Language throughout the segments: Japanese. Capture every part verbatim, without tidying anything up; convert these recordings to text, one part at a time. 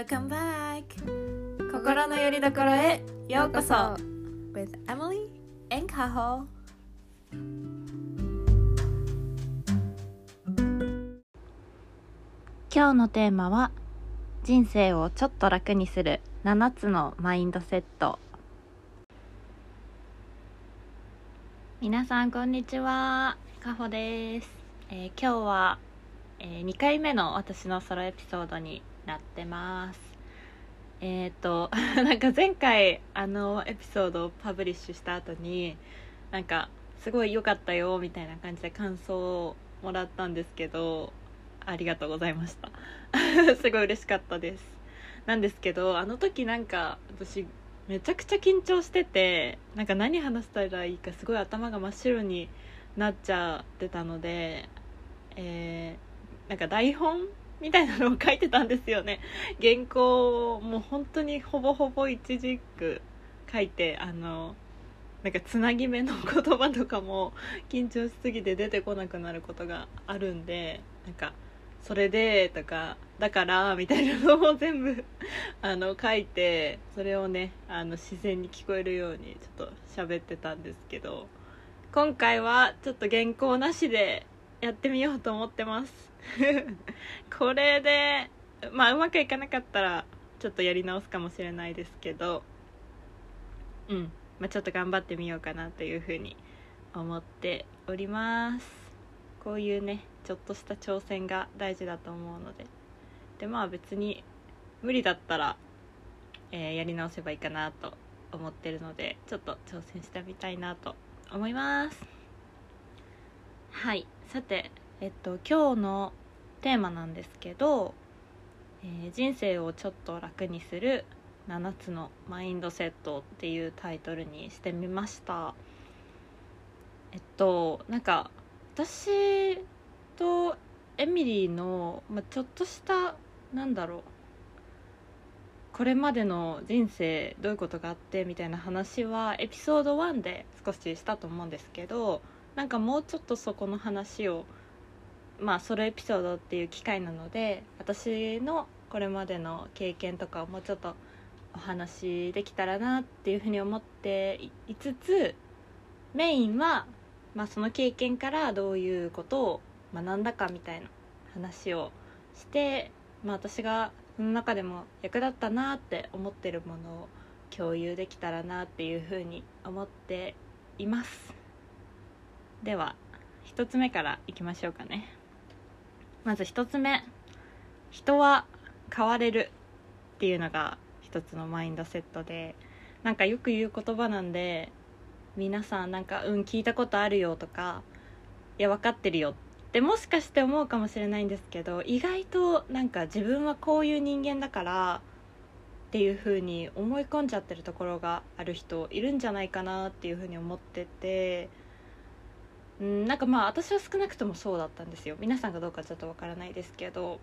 Welcome back 心の拠り所へようこそ With Emily and Kaho。 今日のテーマは人生をちょっと楽にするななつのマインドセット。皆さんこんにちは、かほです。えー、今日は、えー、にかいめの私のソロエピソードになってます。えっ、ー、となんか前回あのエピソードをパブリッシュした後になんかすごい良かったよみたいな感じで感想をもらったんですけど、ありがとうございましたすごい嬉しかったです。なんですけど、あの時なんか私めちゃくちゃ緊張してて、なんか何話したらいいかすごい頭が真っ白になっちゃってたので、えー、なんか台本みたいなのを書いてたんですよね。原稿もう本当にほぼほぼ一字一句書いて、あのなんかつなぎ目の言葉とかも緊張しすぎて出てこなくなることがあるんで、なんかそれでとかだからみたいなのを全部あの書いて、それをねあの自然に聞こえるようにちょっと喋ってたんですけど、今回はちょっと原稿なしでやってみようと思ってますこれでまあうまくいかなかったらちょっとやり直すかもしれないですけど、うん、まあ、ちょっと頑張ってみようかなというふうに思っております。こういうねちょっとした挑戦が大事だと思うので、でまあ別に無理だったら、えー、やり直せばいいかなと思ってるので、ちょっと挑戦してみたいなと思います。はい、さてえっと今日のテーマなんですけど、えー、人生をちょっと楽にするななつのマインドセットっていうタイトルにしてみました。えっとなんか私とエミリーの、まあ、ちょっとしたなんだろうこれまでの人生どういうことがあってみたいな話はエピソードワンで少ししたと思うんですけど、なんかもうちょっとそこの話を、まあソロエピソードっていう機会なので、私のこれまでの経験とかをもうちょっとお話できたらなっていうふうに思っていつつ、メインは、まあ、その経験からどういうことを学んだかみたいな話をして、まあ、私がその中でも役立ったなって思ってるものを共有できたらなっていうふうに思っています。では一つ目からいきましょうかね。まず一つ目、人は変われるっていうのが一つのマインドセットで、なんかよく言う言葉なんで、皆さんなんかうん聞いたことあるよとか、いや分かってるよってもしかして思うかもしれないんですけど、意外となんか自分はこういう人間だからっていう風に思い込んじゃってるところがある人いるんじゃないかなっていう風に思ってて、うん、なんかまあ私は少なくともそうだったんですよ。皆さんがどうかちょっと分からないですけど、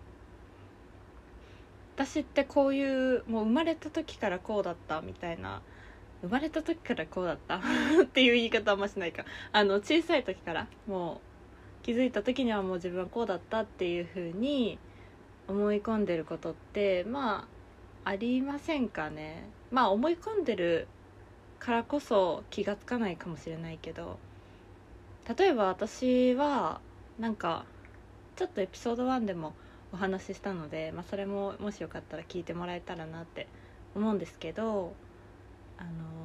私ってこういうもう生まれた時からこうだったみたいな、生まれた時からこうだったっていう言い方はあんましないか、あの小さい時からもう気づいた時にはもう自分はこうだったっていう風に思い込んでることってまあありませんかね。まあ思い込んでるからこそ気がつかないかもしれないけど、例えば私はなんかちょっとエピソードワンでもお話ししたので、まあ、それももしよかったら聞いてもらえたらなって思うんですけど、あの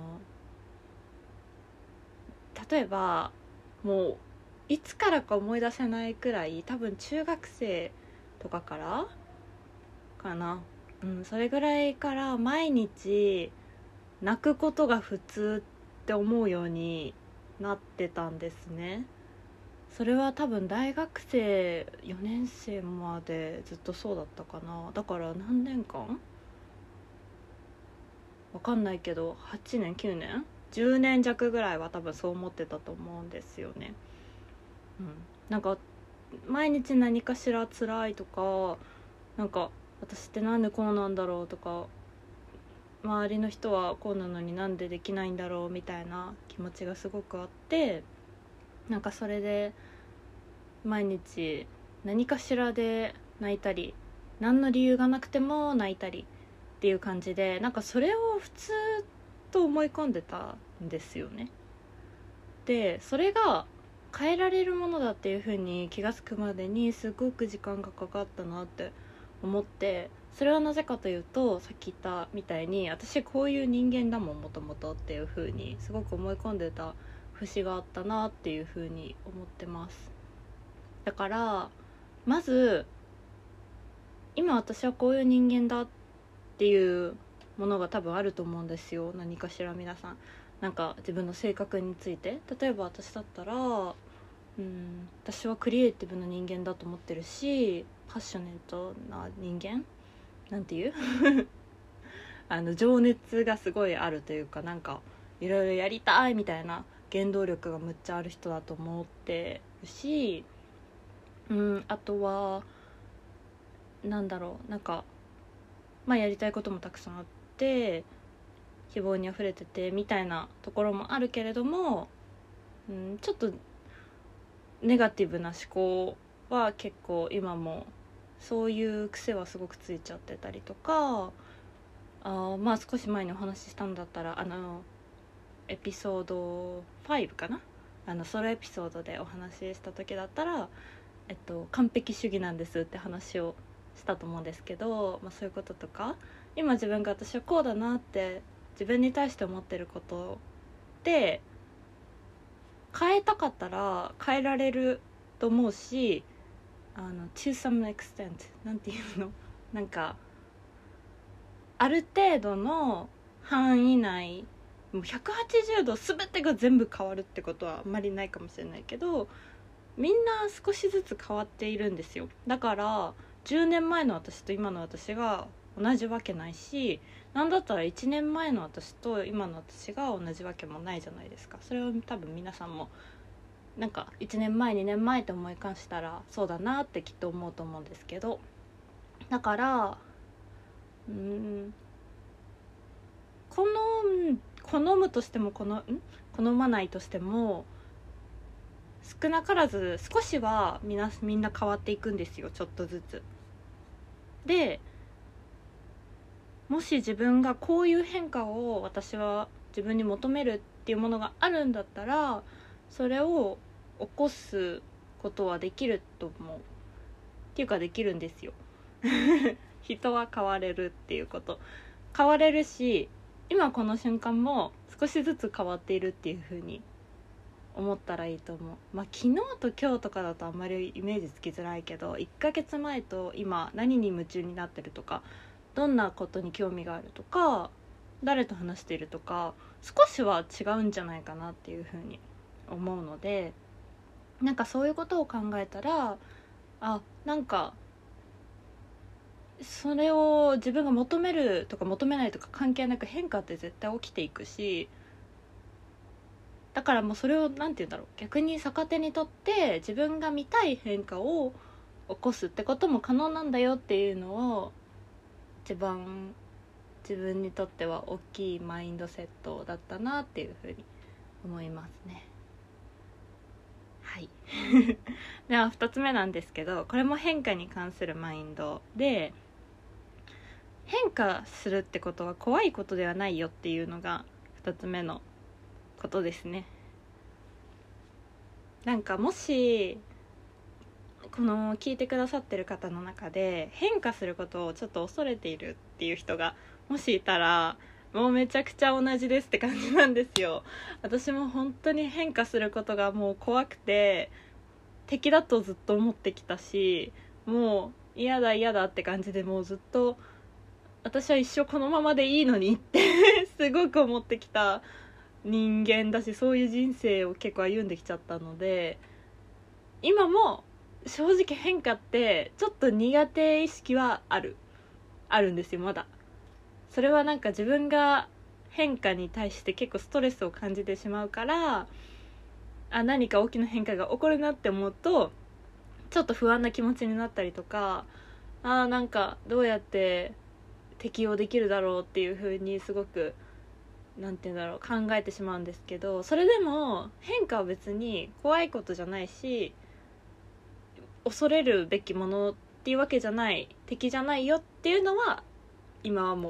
例えばもういつからか思い出せないくらい、多分中学生とかからかな、うん、それぐらいから毎日泣くことが普通って思うようになってたんですね。それは多分大学生よねん生までずっとそうだったかな。だから何年間わかんないけどはちねんきゅうねんじゅうねん弱ぐらいは多分そう思ってたと思うんですよね。うん、なんか毎日何かしら辛いとか、なんか私ってなんでこうなんだろうとか、周りの人はこうなのになんでできないんだろうみたいな気持ちがすごくあって、なんかそれで毎日何かしらで泣いたり、何の理由がなくても泣いたりっていう感じで、なんかそれを普通と思い込んでたんですよね。でそれが変えられるものだっていう風に気がつくまでにすごく時間がかかったなって思って、それはなぜかというと、さっき言ったみたいに私こういう人間だもんもともとっていう風にすごく思い込んでた節があったなっていう風に思ってます。だからまず今私はこういう人間だっていうものが多分あると思うんですよ。何かしら皆さんなんか自分の性格について、例えば私だったらうん私はクリエイティブな人間だと思ってるし、パッショネットな人間なんていうあの情熱がすごいあるというか、なんかいろいろやりたいみたいな原動力がむっちゃある人だと思ってるし、うんあとはなんだろうなんかまあやりたいこともたくさんあって希望にあふれててみたいなところもあるけれども、うん、ちょっとネガティブな思考は結構今もそういう癖はすごくついちゃってたりとか、あまあ少し前にお話ししたんだったらあのエピソードごかな、あのソロエピソードでお話しした時だったら、えっと、完璧主義なんですって話をしたと思うんですけど、まあ、そういうこととか今自分が私はこうだなって自分に対して思ってることで変えたかったら変えられると思うし、あの to some extent なんていうのなんかある程度の範囲内、もうひゃくはちじゅうど全てが全部変わるってことはあんまりないかもしれないけど、みんな少しずつ変わっているんですよ。だからじゅうねんまえの私と今の私が同じわけないし、なんだったらいちねんまえの私と今の私が同じわけもないじゃないですか。それは多分皆さんもなんかいちねんまえにねんまえって思い返したらそうだなってきっと思うと思うんですけど、だからうーん好む好むとしてもこのん好まないとしても少なからず少しはみんなみんな変わっていくんですよ、ちょっとずつ。でもし自分がこういう変化を私は自分に求めるっていうものがあるんだったら、それを起こすことはできると思うっていうかできるんですよ人は変われるっていうこと、変われるし今この瞬間も少しずつ変わっているっていう風に思ったらいいと思う。まあ昨日と今日とかだとあんまりイメージつきづらいけど、いっかげつまえと今何に夢中になってるとか、どんなことに興味があるとか、誰と話しているとか少しは違うんじゃないかなっていう風に思うので、なんかそういうことを考えたら、あなんかそれを自分が求めるとか求めないとか関係なく変化って絶対起きていくし、だからもうそれをなんて言うんだろう、逆に逆手にとって自分が見たい変化を起こすってことも可能なんだよっていうのを一番自分にとっては大きいマインドセットだったなっていうふうに思いますね。はいではふたつめなんですけど、これも変化に関するマインドで、変化するってことは怖いことではないよっていうのがふたつめのことですね。なんかもしこの聞いてくださってる方の中で変化することをちょっと恐れているっていう人がもしいたら、もうめちゃくちゃ同じですって感じなんですよ。私も本当に変化することがもう怖くて敵だとずっと思ってきたし、もう嫌だ嫌だって感じで、もうずっと私は一生このままでいいのにってすごく思ってきた人間だし、そういう人生を結構歩んできちゃったので、今も正直変化ってちょっと苦手意識はあるあるんですよまだ。それはなんか自分が変化に対して結構ストレスを感じてしまうから、あ何か大きな変化が起こるなって思うとちょっと不安な気持ちになったりとか、あなんかどうやって適応できるだろうっていう風にすごくなんていうんだろう考えてしまうんですけど、それでも変化は別に怖いことじゃないし恐れるべきものっていうわけじゃない、敵じゃないよっていうのは今はも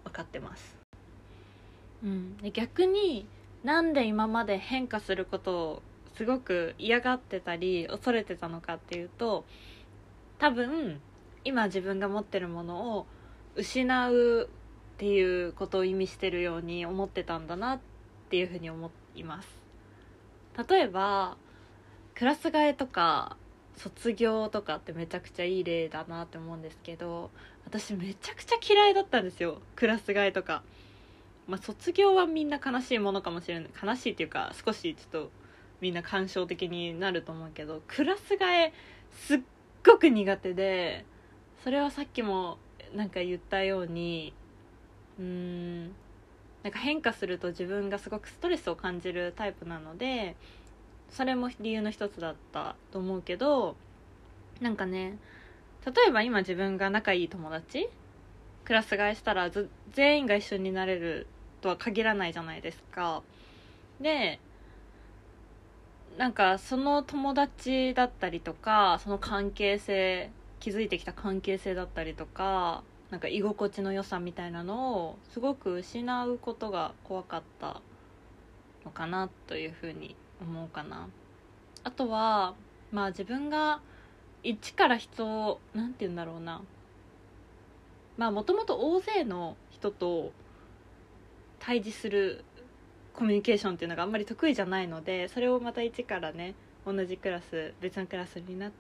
分かってます。うん、で逆になんで今まで変化することをすごく嫌がってたり恐れてたのかっていうと、多分今自分が持ってるものを失うっていうことを意味してるように思ってたんだなっていうふうに思います。例えばクラス替えとか卒業とかってめちゃくちゃいい例だなって思うんですけど、私めちゃくちゃ嫌いだったんですよ、クラス替えとか。まあ、卒業はみんな悲しいものかもしれない、悲しいっていうか少しちょっとみんな感傷的になると思うけど、クラス替えすっごく苦手で、それはさっきもなんか言ったように、うーんなんか変化すると自分がすごくストレスを感じるタイプなので、それも理由の一つだったと思うけど、なんかね、例えば今自分が仲いい友達クラス替えしたらず全員が一緒になれるとは限らないじゃないですか。でなんかその友達だったりとか、その関係性、築いてきた関係性だったりとか、なんか居心地の良さみたいなのをすごく失うことが怖かったのかなというふうに思うかな。あとはまあ自分が一から人をなんて言うんだろうな、まあもともと大勢の人と対峙するコミュニケーションっていうのがあんまり得意じゃないので、それをまた一からね、同じクラス別のクラスになって、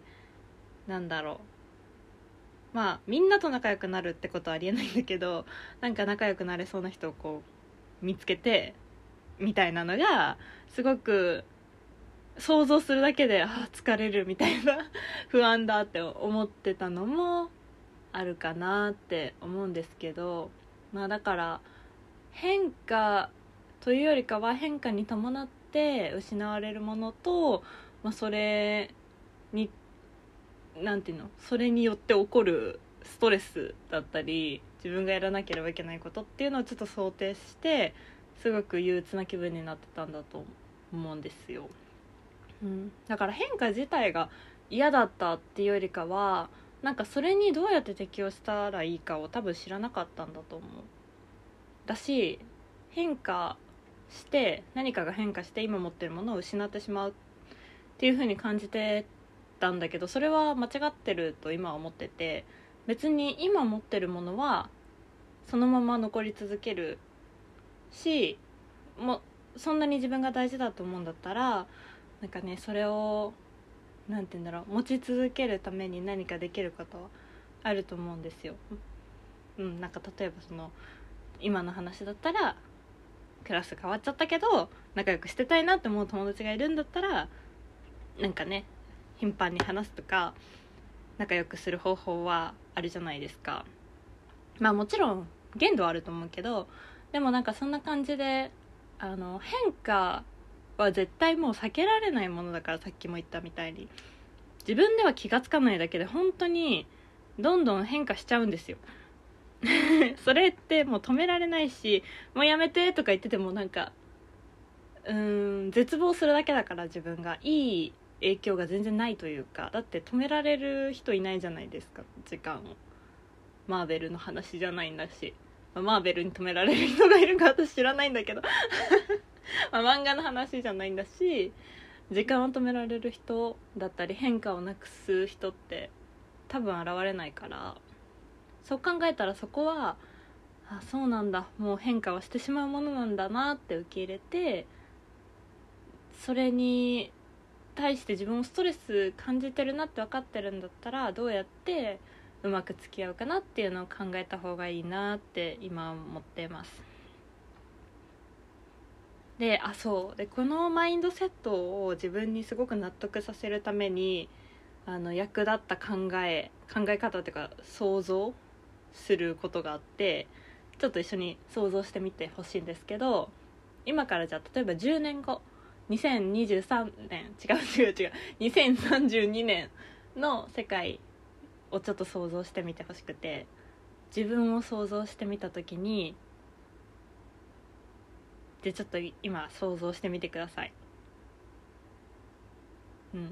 なんだろう、まあみんなと仲良くなるってことはありえないんだけど、なんか仲良くなれそうな人をこう見つけてみたいなのがすごく想像するだけで、あ疲れるみたいな不安だって思ってたのもあるかなって思うんですけど、まあだから変化というよりかは変化に伴って失われるものと、まあ、それになんていうのそれによって起こるストレスだったり自分がやらなければいけないことっていうのをちょっと想定して、すごく憂鬱な気分になってたんだと思うんですよ、うん、だから変化自体が嫌だったっていうよりかは、なんかそれにどうやって適応したらいいかを多分知らなかったんだと思う。だし変化して何かが変化して今持ってるものを失ってしまうっていう風に感じてたんだけど、それは間違ってると今は思ってて、別に今持ってるものはそのまま残り続けるし、もうそんなに自分が大事だと思うんだったら、なんかねそれをなんて言うんだろう、持ち続けるために何かできることはあると思うんですよ。うん、なんか例えばその今の話だったらクラス変わっちゃったけど仲良くしてたいなって思う友達がいるんだったら、なんかね頻繁に話すとか仲良くする方法はあるじゃないですか。まあもちろん限度はあると思うけど、でもなんかそんな感じで、あの変化は絶対もう避けられないものだから、さっきも言ったみたいに自分では気がつかないだけで本当にどんどん変化しちゃうんですよそれってもう止められないし、もうやめてとか言っててもなんかうーん絶望するだけだから、自分がいい影響が全然ないというか、だって止められる人いないじゃないですか、時間を。マーベルの話じゃないんだし、まあ、マーベルに止められる人がいるか私知らないんだけどまあ漫画の話じゃないんだし、時間を止められる人だったり変化をなくす人って多分現れないから、そう考えたらそこはあそうなんだ、もう変化はしてしまうものなんだなって受け入れて、それに対して自分をストレス感じてるなって分かってるんだったら、どうやってうまく付き合うかなっていうのを考えた方がいいなって今思ってます。で、あそうでこのマインドセットを自分にすごく納得させるためにあの役立った考え考え方っていうか想像することがあって、ちょっと一緒に想像してみてほしいんですけど、今からじゃあ例えばじゅうねんごにせんにじゅうさんねん違う違う違うにせんさんじゅうにねんの世界をちょっと想像してみてほしくて、自分を想像してみた時に、でちょっと今想像してみてください。うん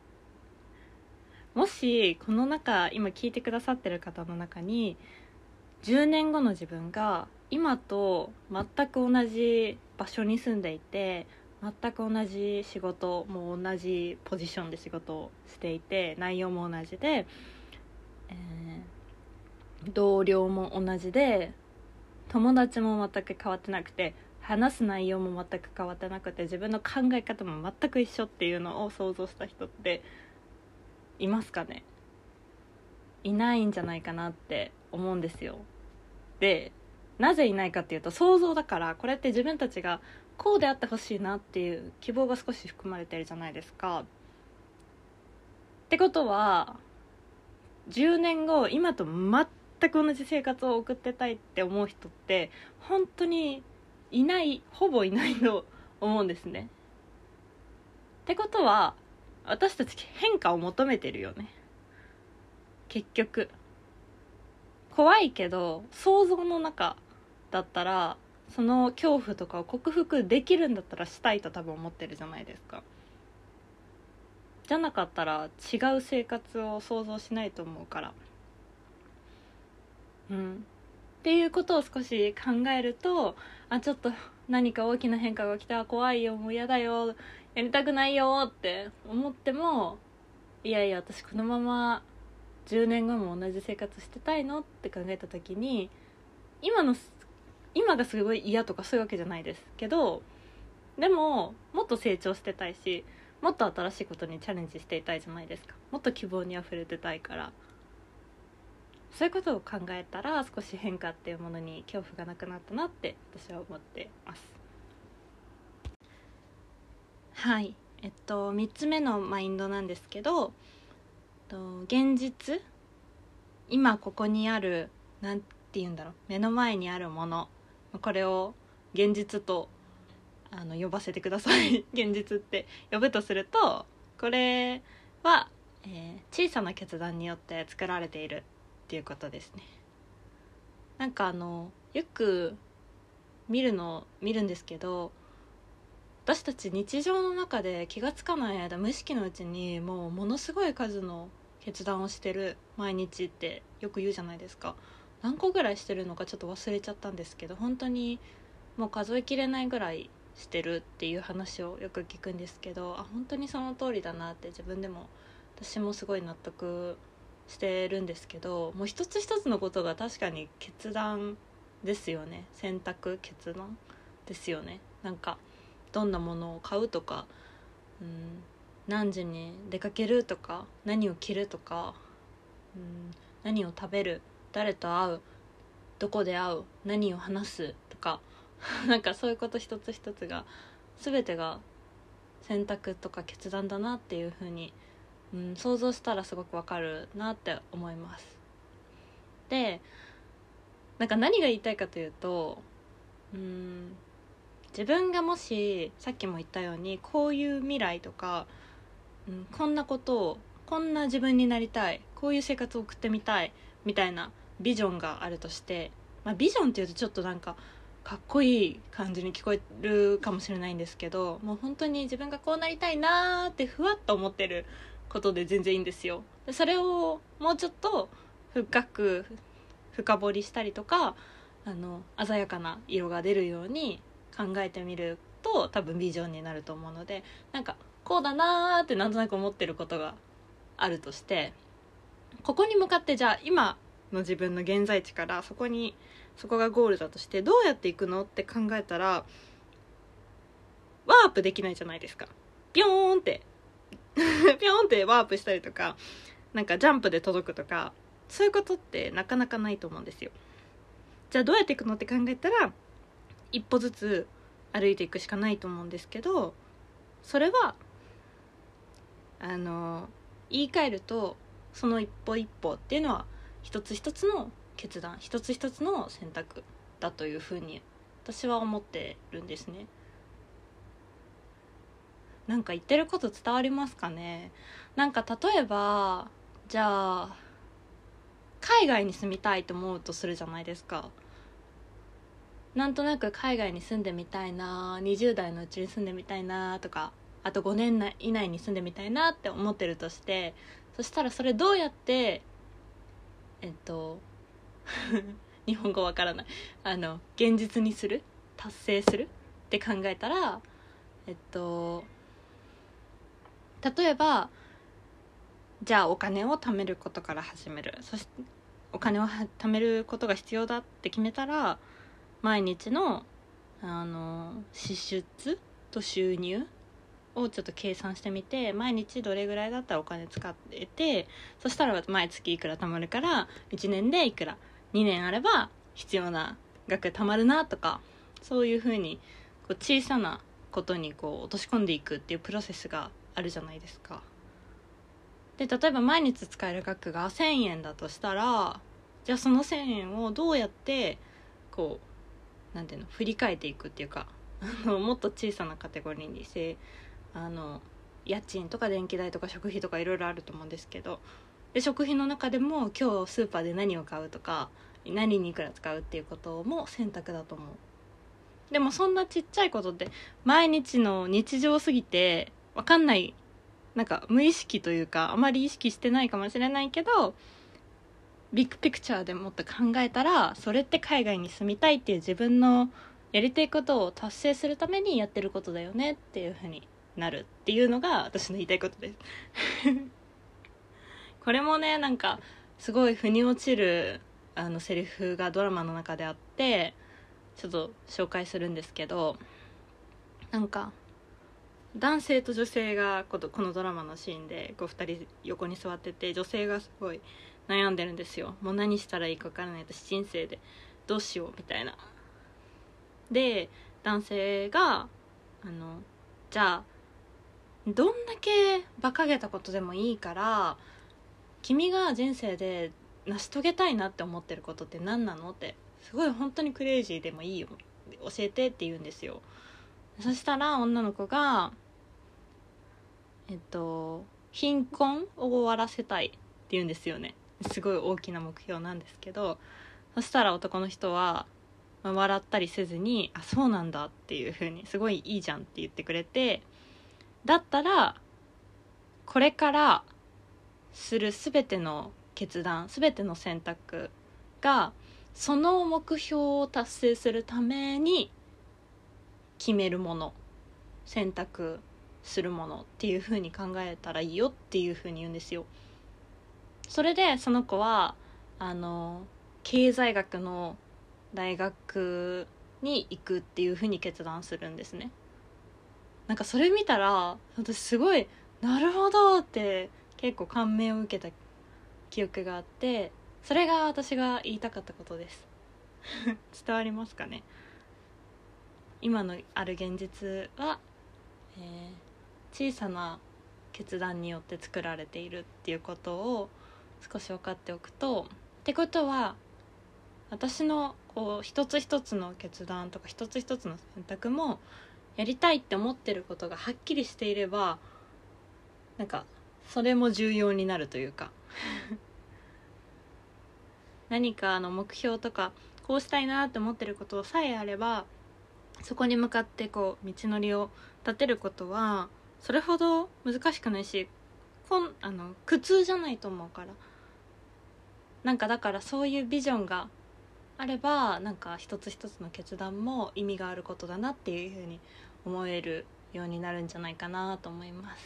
もしこの中今聞いてくださってる方の中にじゅうねんごの自分が今と全く同じ場所に住んでいて、全く同じ仕事もう同じポジションで仕事をしていて、内容も同じで、えー、同僚も同じで、友達も全く変わってなくて、話す内容も全く変わってなくて、自分の考え方も全く一緒っていうのを想像した人っていますかね。いないんじゃないかなって思うんですよ。で、なぜいないかっていうと、想像だから。これって自分たちがこうであってほしいなっていう希望が少し含まれてるじゃないですか。ってことはじゅうねんご今と全く同じ生活を送ってたいって思う人って本当にいない、ほぼいないと思うんですね。ってことは私たち変化を求めてるよね。結局怖いけど想像の中だったら、その恐怖とかを克服できるんだったらしたいと多分思ってるじゃないですか。じゃなかったら違う生活を想像しないと思うから、うんっていうことを少し考えると、あ、ちょっと何か大きな変化が来た、怖いよ、もう嫌だよ、やりたくないよって思っても、いやいや私このままじゅうねんごも同じ生活してたいのって考えた時に、今の今がすごい嫌とかそういうわけじゃないですけど、でももっと成長してたいし、もっと新しいことにチャレンジしていたいじゃないですか。もっと希望にあふれてたいから、そういうことを考えたら少し変化っていうものに恐怖がなくなったなって私は思ってます。はい、えっとみっつめのマインドなんですけど、現実、今ここにある、なんて言うんだろう、目の前にあるもの、これを現実とあの呼ばせてください現実って呼ぶとすると、これは、えー、小さな決断によって作られているっていうことですね。なんかあのよく見るの見るんですけど、私たち日常の中で気がつかない間、無意識のうちにもうものすごい数の決断をしてる毎日ってよく言うじゃないですか。何個ぐらいしてるのかちょっと忘れちゃったんですけど、本当にもう数えきれないぐらいしてるっていう話をよく聞くんですけど、あ、本当にその通りだなって自分でも、私もすごい納得してるんですけど、もう一つ一つのことが確かに決断ですよね。選択、決断ですよね。なんかどんなものを買うとか、うん、何時に出かけるとか、何を着るとか、うん、何を食べる、誰と会う、どこで会う、何を話すとかなんかそういうこと一つ一つが全てが選択とか決断だなっていう風に、うん、想像したらすごくわかるなって思います。で、なんか何が言いたいかというと、うん、自分がもしさっきも言ったようにこういう未来とか、うん、こんなことを、こんな自分になりたい、こういう生活を送ってみたいみたいなビジョンがあるとして、まあ、ビジョンっていうとちょっとなんかかっこいい感じに聞こえるかもしれないんですけど、もう本当に自分がこうなりたいなーってふわっと思ってることで全然いいんですよ。でそれをもうちょっと深く深掘りしたりとか、あの鮮やかな色が出るように考えてみると多分ビジョンになると思うので、なんかこうだなーってなんとなく思ってることがあるとして、ここに向かってじゃあ今の自分の現在地からそこにそこがゴールだとしてどうやっていくのって考えたら、ワープできないじゃないですか。ピョーンってピョーンってワープしたりとか、なんかジャンプで届くとか、そういうことってなかなかないと思うんですよ。じゃあどうやっていくのって考えたら、一歩ずつ歩いていくしかないと思うんですけど、それはあの言い換えると、その一歩一歩っていうのは一つ一つの決断、一つ一つの選択だというふうに私は思ってるんですね。なんか言ってること伝わりますかね。なんか例えばじゃあ海外に住みたいと思うとするじゃないですか。なんとなく海外に住んでみたいな、にじゅう代のうちに住んでみたいなとか、あとごねん以内に住んでみたいなって思ってるとして、そしたらそれどうやってえっと日本語わからないあの現実にする達成するって考えたらえっと例えばじゃあお金を貯めることから始める。そしてお金を貯めることが必要だって決めたら毎日のあの支出と収入をちょっと計算してみて、毎日どれぐらいだったらお金使ってて、そしたら毎月いくら貯まるからいちねんでいくら、にねんあれば必要な額貯まるなとか、そういう風にこう小さなことにこう落とし込んでいくっていうプロセスがあるじゃないですか。で例えば毎日使える額がせんえんだとしたら、じゃあそのせんえんをどうやってこうなんていうの振り返っていくっていうか、あのもっと小さなカテゴリーにせあの家賃とか電気代とか食費とかいろいろあると思うんですけど、で食費の中でも今日スーパーで何を買うとか何にいくら使うっていうことも選択だと思う。でもそんなちっちゃいことって毎日の日常すぎて分かんない、なんか無意識というかあまり意識してないかもしれないけど、ビッグピクチャーでもっと考えたら、それって海外に住みたいっていう自分のやりたいことを達成するためにやってることだよねっていう風になるっていうのが私の言いたいことですこれもね、なんかすごい腑に落ちるあのセリフがドラマの中であって、ちょっと紹介するんですけど、なんか男性と女性がこのドラマのシーンでこうふたり横に座ってて、女性がすごい悩んでるんですよ。もう何したらいいか分からない、私人生でどうしようみたいな。で男性があのじゃあどんだけ馬鹿げたことでもいいから、君が人生で成し遂げたいなって思ってることって何なのって、すごい本当にクレイジーでもいいよ教えてって言うんですよ。そしたら女の子がえっと貧困を終わらせたいって言うんですよね。すごい大きな目標なんですけど、そしたら男の人は笑ったりせずに、あ、そうなんだっていう風に、すごいいいじゃんって言ってくれて、だったらこれからするすべての決断、すべての選択がその目標を達成するために決めるもの、選択するものっていう風に考えたらいいよっていう風に言うんですよ。それでその子はあの経済学の大学に行くっていう風に決断するんですね。なんかそれ見たら私すごいなるほどって結構感銘を受けた記憶があって、それが私が言いたかったことです伝わりますかね。今のある現実は、えー、小さな決断によって作られているっていうことを少し分かっておくと、ってことは私のこう一つ一つの決断とか一つ一つの選択もやりたいって思ってることがはっきりしていれば、なんかそれも重要になるというか何かの目標とかこうしたいなって思ってることさえあれば、そこに向かってこう道のりを立てることはそれほど難しくないし、こんあの苦痛じゃないと思うから、なんかだからそういうビジョンがあれば、なんか一つ一つの決断も意味があることだなっていうふうに思えるようになるんじゃないかなと思います。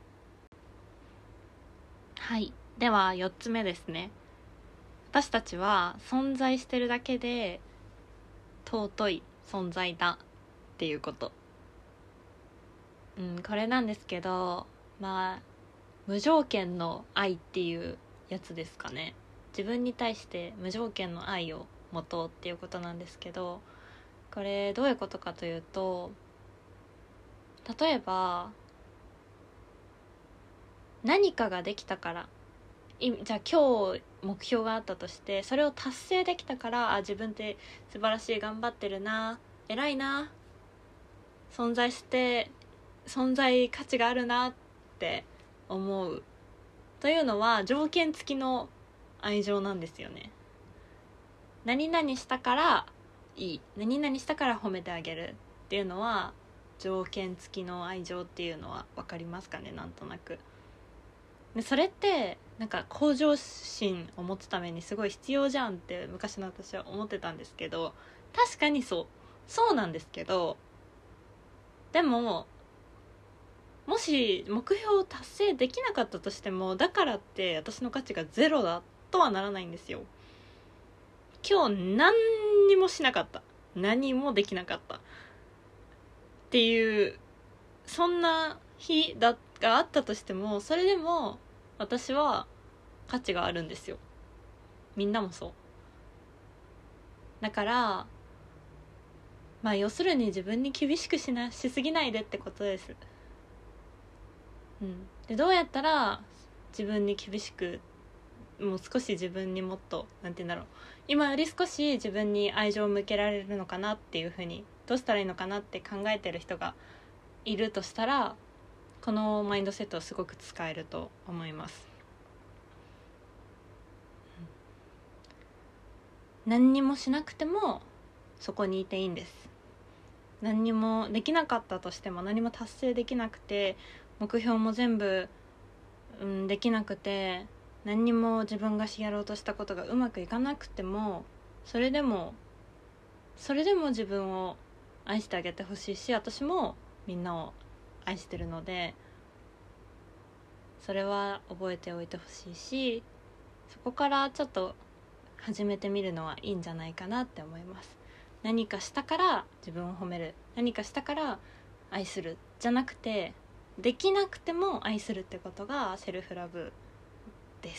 はい、ではよっつめですね。私たちは存在してるだけで尊い存在だっていうこと、うん、これなんですけど、まあ無条件の愛っていうやつですかね。自分に対して無条件の愛を持とうっていうことなんですけど、これどういうことかというと、例えば何かができたから、じゃあ今日目標があったとして、それを達成できたから、あ、自分って素晴らしい、頑張ってるな、偉いな、存在して存在価値があるなって思うというのは条件付きの愛情なんですよね。何々したからいい、何々したから褒めてあげるっていうのは条件付きの愛情っていうのは分かりますかね。なんとなくでそれってなんか向上心を持つためにすごい必要じゃんって昔の私は思ってたんですけど、確かにそうそうなんですけど、でももし目標を達成できなかったとしても、だからって私の価値がゼロだとはならないんですよ。今日何にもしなかった、何もできなかったっていうそんな日だがあったとしても、それでも私は価値があるんですよ。みんなもそう。だからまあ要するに自分に厳しくしなしすぎないでってことです。うん、でどうやったら自分に厳しく、もう少し自分にもっとなんて言うんだろう、今より少し自分に愛情を向けられるのかなっていうふうに、どうしたらいいのかなって考えてる人がいるとしたら、このマインドセットをすごく使えると思います。何にもしなくてもそこにいていいんです。何にもできなかったとしても、何も達成できなくて、目標も全部、うん、できなくて、何にも自分がやろうとしたことがうまくいかなくても、それでもそれでも自分を愛してあげてほしいし、私もみんなを愛してるので、それは覚えておいてほしいし、そこからちょっと始めてみるのはいいんじゃないかなって思います。何かしたから自分を褒める、何かしたから愛するじゃなくて、できなくても愛するってことがセルフラブです。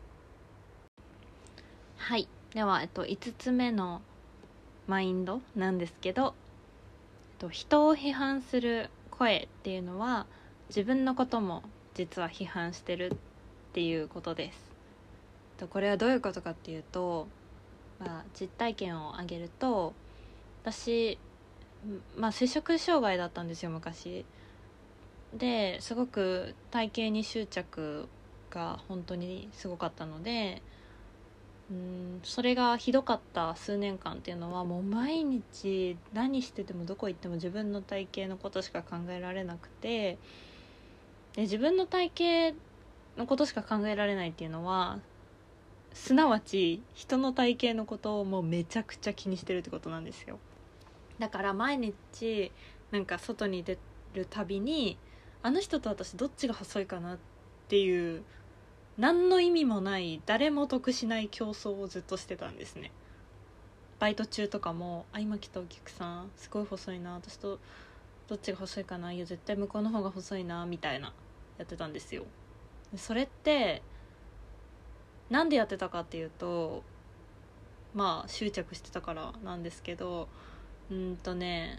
はい、では、えっと、いつつめのマインドなんですけど、えっと、人を批判する声っていうのは自分のことも実は批判してるっていうことです。これはどういうことかっていうと、まあ、実体験を挙げると、私、まあ、摂食障害だったんですよ昔ですごく体型に執着が本当にすごかったので、うんそれがひどかった数年間っていうのは、もう毎日何しててもどこ行っても自分の体型のことしか考えられなくて、で自分の体型のことしか考えられないっていうのは、すなわち人の体型のことをもうめちゃくちゃ気にしてるってことなんですよ。だから毎日なんか外に出るたびに、あの人と私どっちが細いかなっていう何の意味もない誰も得しない競争をずっとしてたんですね。バイト中とかも、あ今来たお客さんすごい細いな、私とどっちが細いかな、いや絶対向こうの方が細いなみたいなやってたんですよ。それってなんでやってたかっていうと、まあ執着してたからなんですけど、うんとね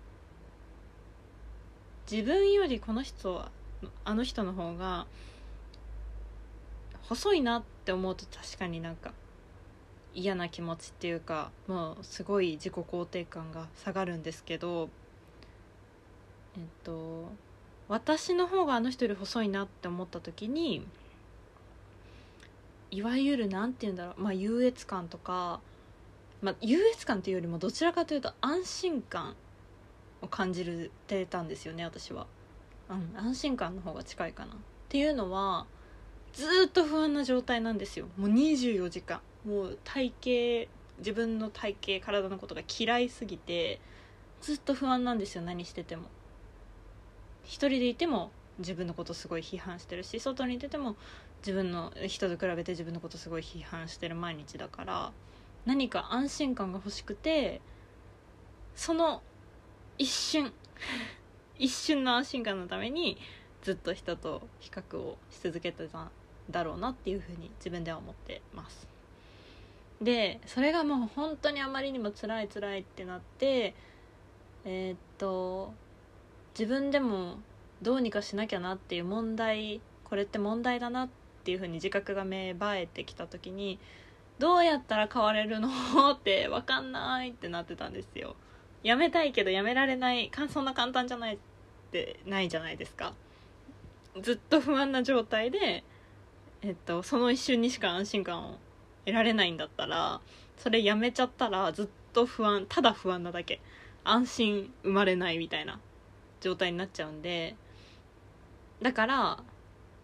自分よりこの人はあの人の方が細いなって思うと、確かになんか嫌な気持ちっていうか、もうすごい自己肯定感が下がるんですけど、えっと私の方があの人より細いなって思った時に、いわゆるなんて言うんだろう、まあ優越感とか、まあ優越感というよりもどちらかというと安心感を感じてたんですよね、私は。うん、安心感の方が近いかな。っていうのは、ずっと不安な状態なんですよ。もうにじゅうよじかん、もう体型、自分の体型、体のことが嫌いすぎてずっと不安なんですよ。何してても、一人でいても自分のことすごい批判してるし、外に出ても自分の人と比べて自分のことすごい批判してる毎日だから、何か安心感が欲しくて、その一瞬一瞬の安心感のためにずっと人と比較をし続けてたんだろうなっていうふうに自分では思ってます。でそれがもう本当にあまりにも辛い辛いってなって、えー、っと自分でもどうにかしなきゃなっていう問題、これって問題だなっていうふうに自覚が芽生えてきた時に、どうやったら変われるのって分かんないってなってたんですよ。やめたいけどやめられない、そんな簡単じゃないってないじゃないですか。ずっと不安な状態で、えっと、その一瞬にしか安心感を得られないんだったら、それやめちゃったらずっと不安、ただ不安なだけ、安心生まれないみたいな状態になっちゃうんで、だから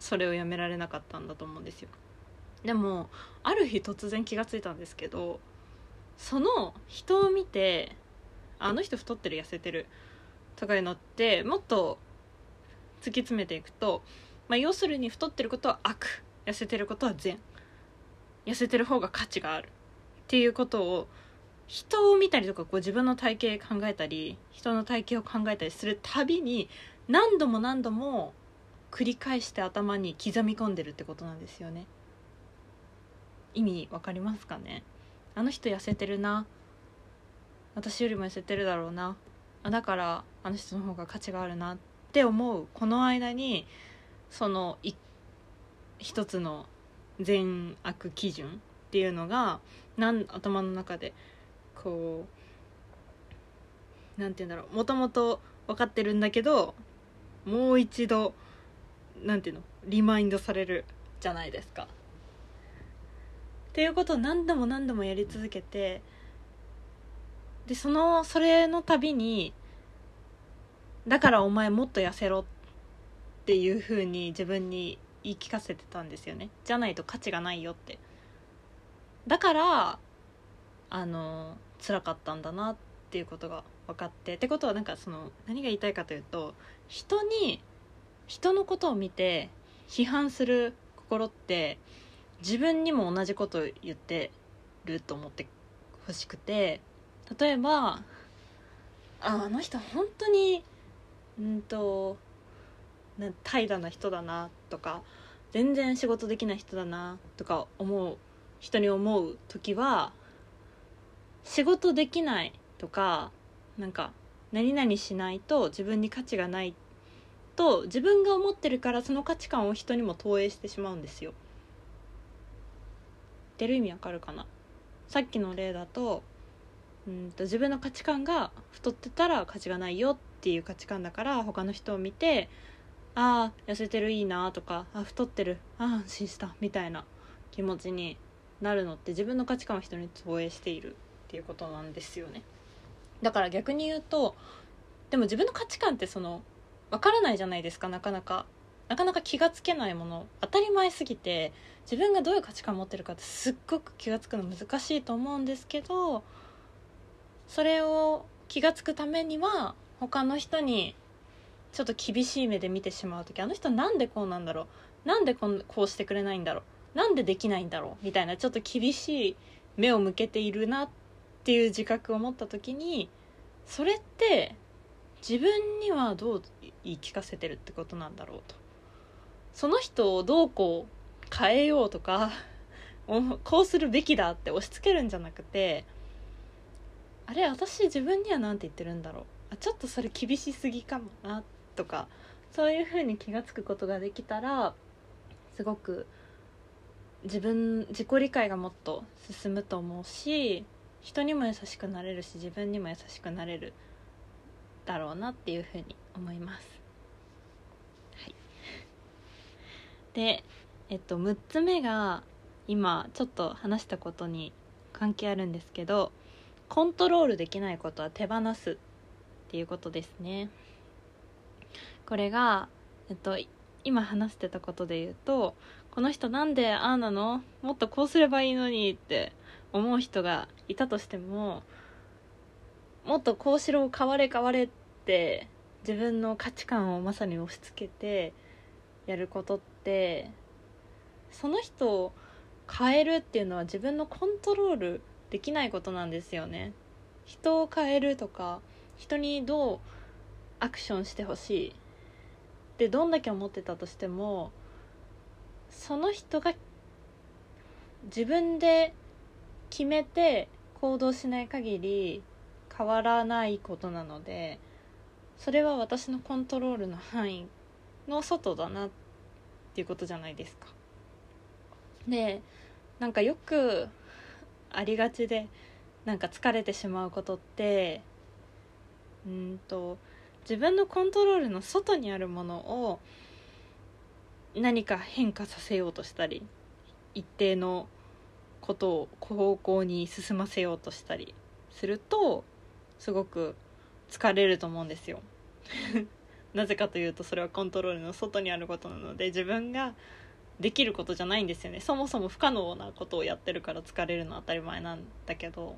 それをやめられなかったんだと思うんですよ。でもある日突然気がついたんですけど、その人を見てあの人太ってる痩せてるとかいうのってもっと突き詰めていくと、まあ、要するに太ってることは悪、痩せてることは善、痩せてる方が価値があるっていうことを人を見たりとかこう自分の体型考えたり人の体型を考えたりするたびに何度も何度も繰り返して頭に刻み込んでるってことなんですよね。意味わかりますかね。あの人痩せてるな、私よりも痩せてるだろうな、だからあの人の方が価値があるなって思うこの間に、その一つの善悪基準っていうのがなん頭の中でこうなんていうんだろう、もともと分かってるんだけどもう一度なんていうのリマインドされるじゃないですか。っていうことを何度も何度もやり続けて、でそのそれの度にだからお前もっと痩せろっていう風に自分に言い聞かせてたんですよね。じゃないと価値がないよって。だからあの辛かったんだなっていうことが分かって、ってことはなんかその何が言いたいかというと、人に人のことを見て批判する心って自分にも同じことを言ってると思ってほしくて、例えば あ, あの人本当にうんとな怠惰な人だなとか全然仕事できない人だなとか思う人に思う時は、仕事できないとかなんか何々しないと自分に価値がないと自分が思ってるから、その価値観を人にも投影してしまうんですよ。言ってる意味わかるかな。さっきの例だとうんと自分の価値観が太ってたら価値がないよっていう価値観だから、他の人を見てああ痩せてるいいなとか、あ太ってるあ安心したみたいな気持ちになるのって、自分の価値観を人に投影しているっていうことなんですよね。だから逆に言うと、でも自分の価値観ってその分からないじゃないですか。なかなかなかなか気がつけないもの、当たり前すぎて自分がどういう価値観を持ってるかってすっごく気がつくの難しいと思うんですけど、それを気がつくためには他の人にちょっと厳しい目で見てしまうとき、あの人なんでこうなんだろう、なんでこんこうしてくれないんだろう、なんでできないんだろうみたいな、ちょっと厳しい目を向けているなっていう自覚を持ったときに、それって自分にはどう言い聞かせてるってことなんだろうと。その人をどうこう変えようとかこうするべきだって押し付けるんじゃなくて、あれ私自分にはなんて言ってるんだろう、あちょっとそれ厳しすぎかもなとか、そういう風に気がつくことができたら、すごく自分自己理解がもっと進むと思うし、人にも優しくなれるし自分にも優しくなれるだろうなっていう風に思います。はい、で、えっと、むっつめが今ちょっと話したことに関係あるんですけど、コントロールできないことは手放すっていうことですね。これが、えっと、今話してたことで言うと、この人なんでああなの、もっとこうすればいいのにって思う人がいたとしても、もっとこうしろ変われ変われって自分の価値観をまさに押し付けてやることって、その人を変えるっていうのは自分のコントロールできないことなんですよね。人を変えるとか、人にどうアクションしてほしいってどんだけ思ってたとしても、その人が自分で決めて行動しない限り変わらないことなので、それは私のコントロールの範囲の外だなっていうことじゃないですか。で、なんかよくありがちで、なんか疲れてしまうことって、うんと自分のコントロールの外にあるものを何か変化させようとしたり、一定のことを方向に進ませようとしたりすると、すごく疲れると思うんですよなぜかというとそれはコントロールの外にあることなので、自分ができることじゃないんですよね。そもそも不可能なことをやってるから疲れるのは当たり前なんだけど、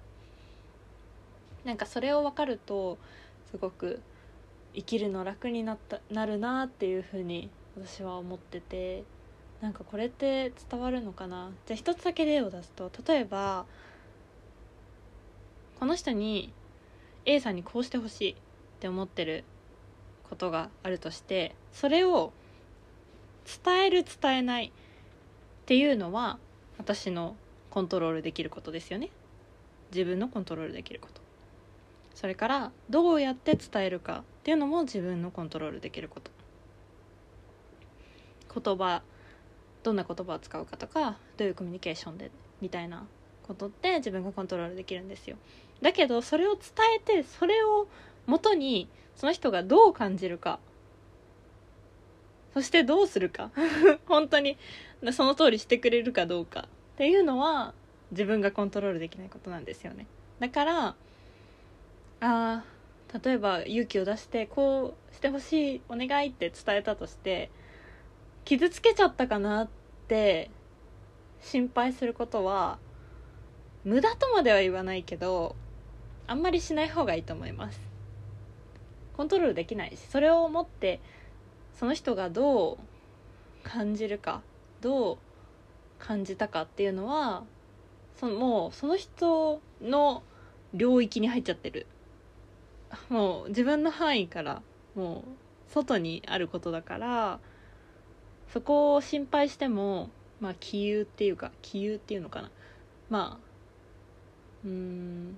なんかそれを分かるとすごく生きるの楽になったなるなっていうふうに私は思ってて、なんかこれって伝わるのかな。じゃあ一つだけ例を出すと、例えばこの人に A さんにこうしてほしいって思ってることがあるとして、それを伝える伝えないっていうのは私のコントロールできることですよね。自分のコントロールできること。それからどうやって伝えるかっていうのも自分のコントロールできること。言葉、どんな言葉を使うかとか、どういうコミュニケーションでみたいなことって自分がコントロールできるんですよ。だけどそれを伝えて、それを元にその人がどう感じるか、そしてどうするか本当にその通りしてくれるかどうかっていうのは自分がコントロールできないことなんですよね。だからあ例えば勇気を出してこうしてほしいお願いって伝えたとして、傷つけちゃったかなって心配することは無駄とまでは言わないけど、あんまりしない方がいいと思います。コントロールできないし、それを持ってその人がどう感じるか、どう感じたかっていうのはそのもうその人の領域に入っちゃってる。もう自分の範囲からもう外にあることだから、そこを心配してもまあ杞憂っていうか杞憂っていうのかな、まあうーん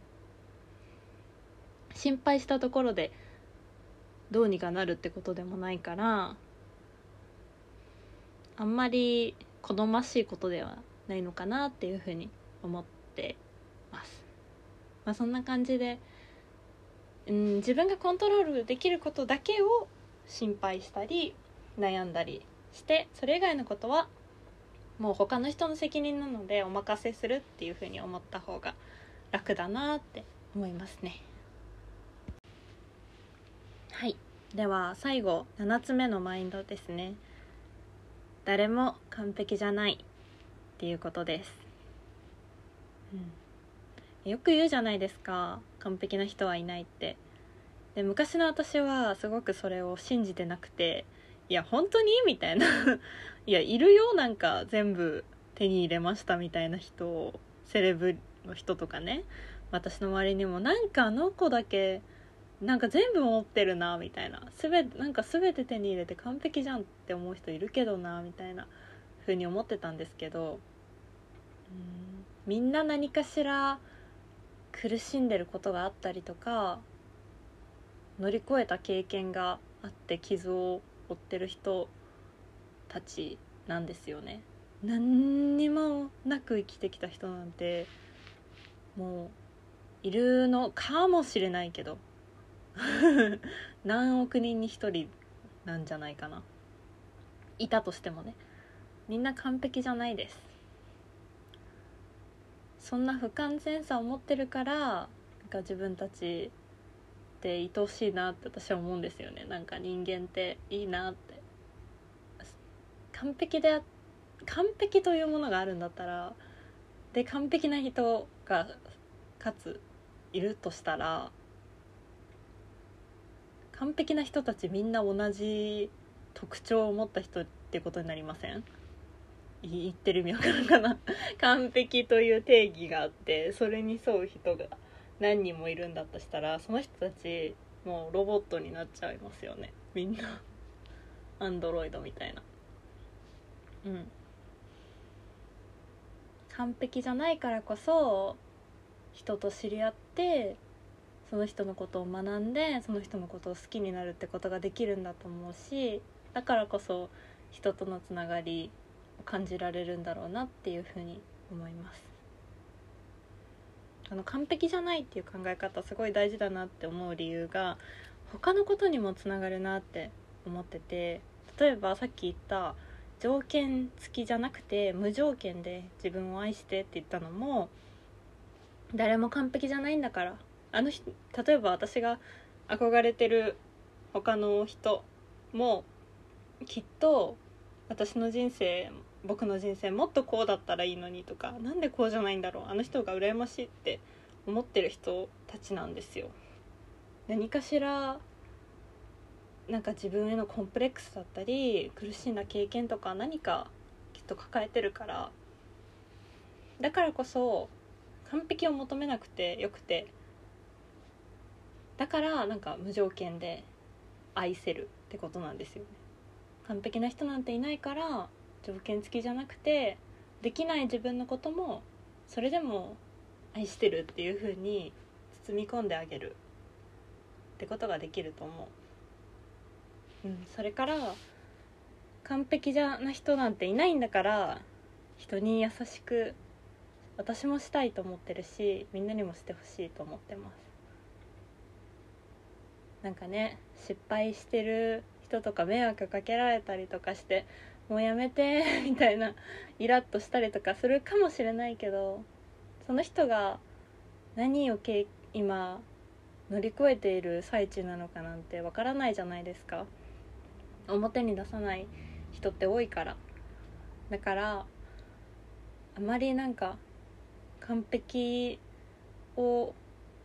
心配したところでどうにかなるってことでもないから、あんまり好ましいことではないのかなっていうふうに思ってます。まあそんな感じで、うん、自分がコントロールできることだけを心配したり悩んだりして、それ以外のことはもう他の人の責任なのでお任せするっていうふうに思った方が楽だなって思いますね。はい、では最後ななつめのマインドですね。誰も完璧じゃないっていうことです、うん、よく言うじゃないですか、完璧な人はいないって。で昔の私はすごくそれを信じてなくて、いや本当にみたいないやいるよ、なんか全部手に入れましたみたいな人、セレブの人とかね、私の周りにもなんかあの子だけなんか全部持ってるなみたいな、すべなんか全て手に入れて完璧じゃんって思う人いるけどなみたいな風に思ってたんですけど、うーんみんな何かしら苦しんでることがあったりとか、乗り越えた経験があって傷を負ってる人たちなんですよね。何にもなく生きてきた人なんてもういるのかもしれないけど何億人に一人なんじゃないかな、いたとしてもね。みんな完璧じゃないです。そんな不完全さを持ってるからなんか自分たちって愛おしいなって私は思うんですよね。なんか人間っていいなって。完璧で完璧というものがあるんだったら、で完璧な人がかついるとしたら、完璧な人たちみんな同じ特徴を持った人ってことになりません？言ってる意味わかるかな完璧という定義があって、それに沿う人が何人もいるんだとしたら、その人たちもうロボットになっちゃいますよね、みんなアンドロイドみたいな。うん完璧じゃないからこそ人と知り合って、その人のことを学んで、その人のことを好きになるってことができるんだと思うし、だからこそ人とのつながりを感じられるんだろうなっていうふうに思います。あの完璧じゃないっていう考え方すごい大事だなって思う理由が他のことにもつながるなって思ってて、例えばさっき言った条件付きじゃなくて無条件で自分を愛してって言ったのも、誰も完璧じゃないんだから、あの人例えば私が憧れてる他の人もきっと私の人生僕の人生もっとこうだったらいいのにとか、なんでこうじゃないんだろう、あの人が羨ましいって思ってる人たちなんですよ。何かしらなんか自分へのコンプレックスだったり苦しんだ経験とか何かきっと抱えてるから、だからこそ完璧を求めなくてよくて、だからなんか無条件で愛せるってことなんですよね。完璧な人なんていないから条件付きじゃなくて、できない自分のこともそれでも愛してるっていう風に包み込んであげるってことができると思う。うん、それから完璧じゃな人なんていないんだから、人に優しく私もしたいと思ってるし、みんなにもしてほしいと思ってます。なんかね、失敗してる人とか迷惑かけられたりとかして、もうやめてみたいなイラッとしたりとかするかもしれないけど、その人が何をけ今乗り越えている最中なのかなんてわからないじゃないですか。表に出さない人って多いから。だからあまりなんか完璧を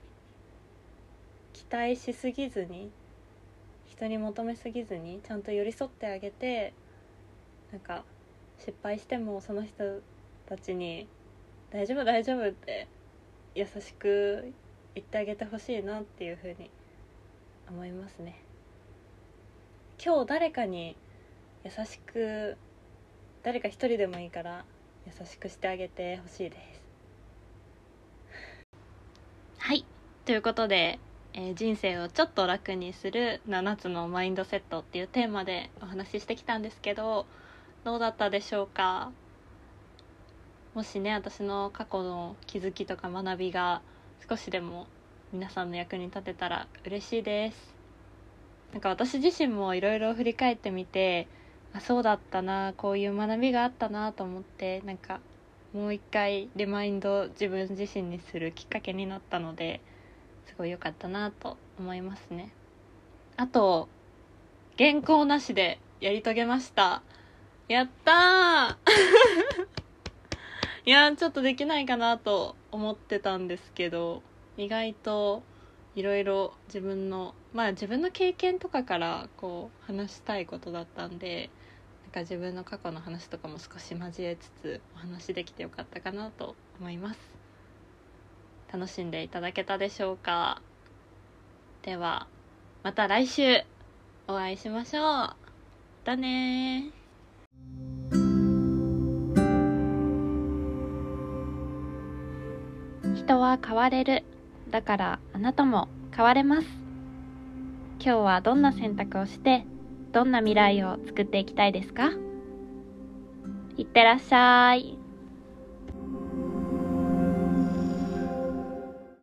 期待しすぎずに、人に求めすぎずに、ちゃんと寄り添ってあげて、なんか失敗してもその人たちに大丈夫大丈夫って優しく言ってあげてほしいなっていうふうに思いますね。今日誰かに優しく、誰か一人でもいいから優しくしてあげてほしいです。 はい、ということで、えー、人生をちょっと楽にするななつのマインドセットっていうテーマでお話ししてきたんですけど、どうだったでしょうか。もしね、私の過去の気づきとか学びが少しでも皆さんの役に立てたら嬉しいです。なんか私自身もいろいろ振り返ってみて、あ、そうだったな、こういう学びがあったなと思って、なんかもう一回リマインド自分自身にするきっかけになったので、すごい良かったなと思いますね。あと、原稿なしでやり遂げました。やったーいやー、ちょっとできないかなと思ってたんですけど、意外といろいろ自分のまあ自分の経験とかからこう話したいことだったんで、なんか自分の過去の話とかも少し交えつつお話できてよかったかなと思います。楽しんでいただけたでしょうか。ではまた来週お会いしましょう。またねー。人は変われる。だからあなたも変われます。今日はどんな選択をしてどんな未来を作っていきたいですか？いってらっしゃい。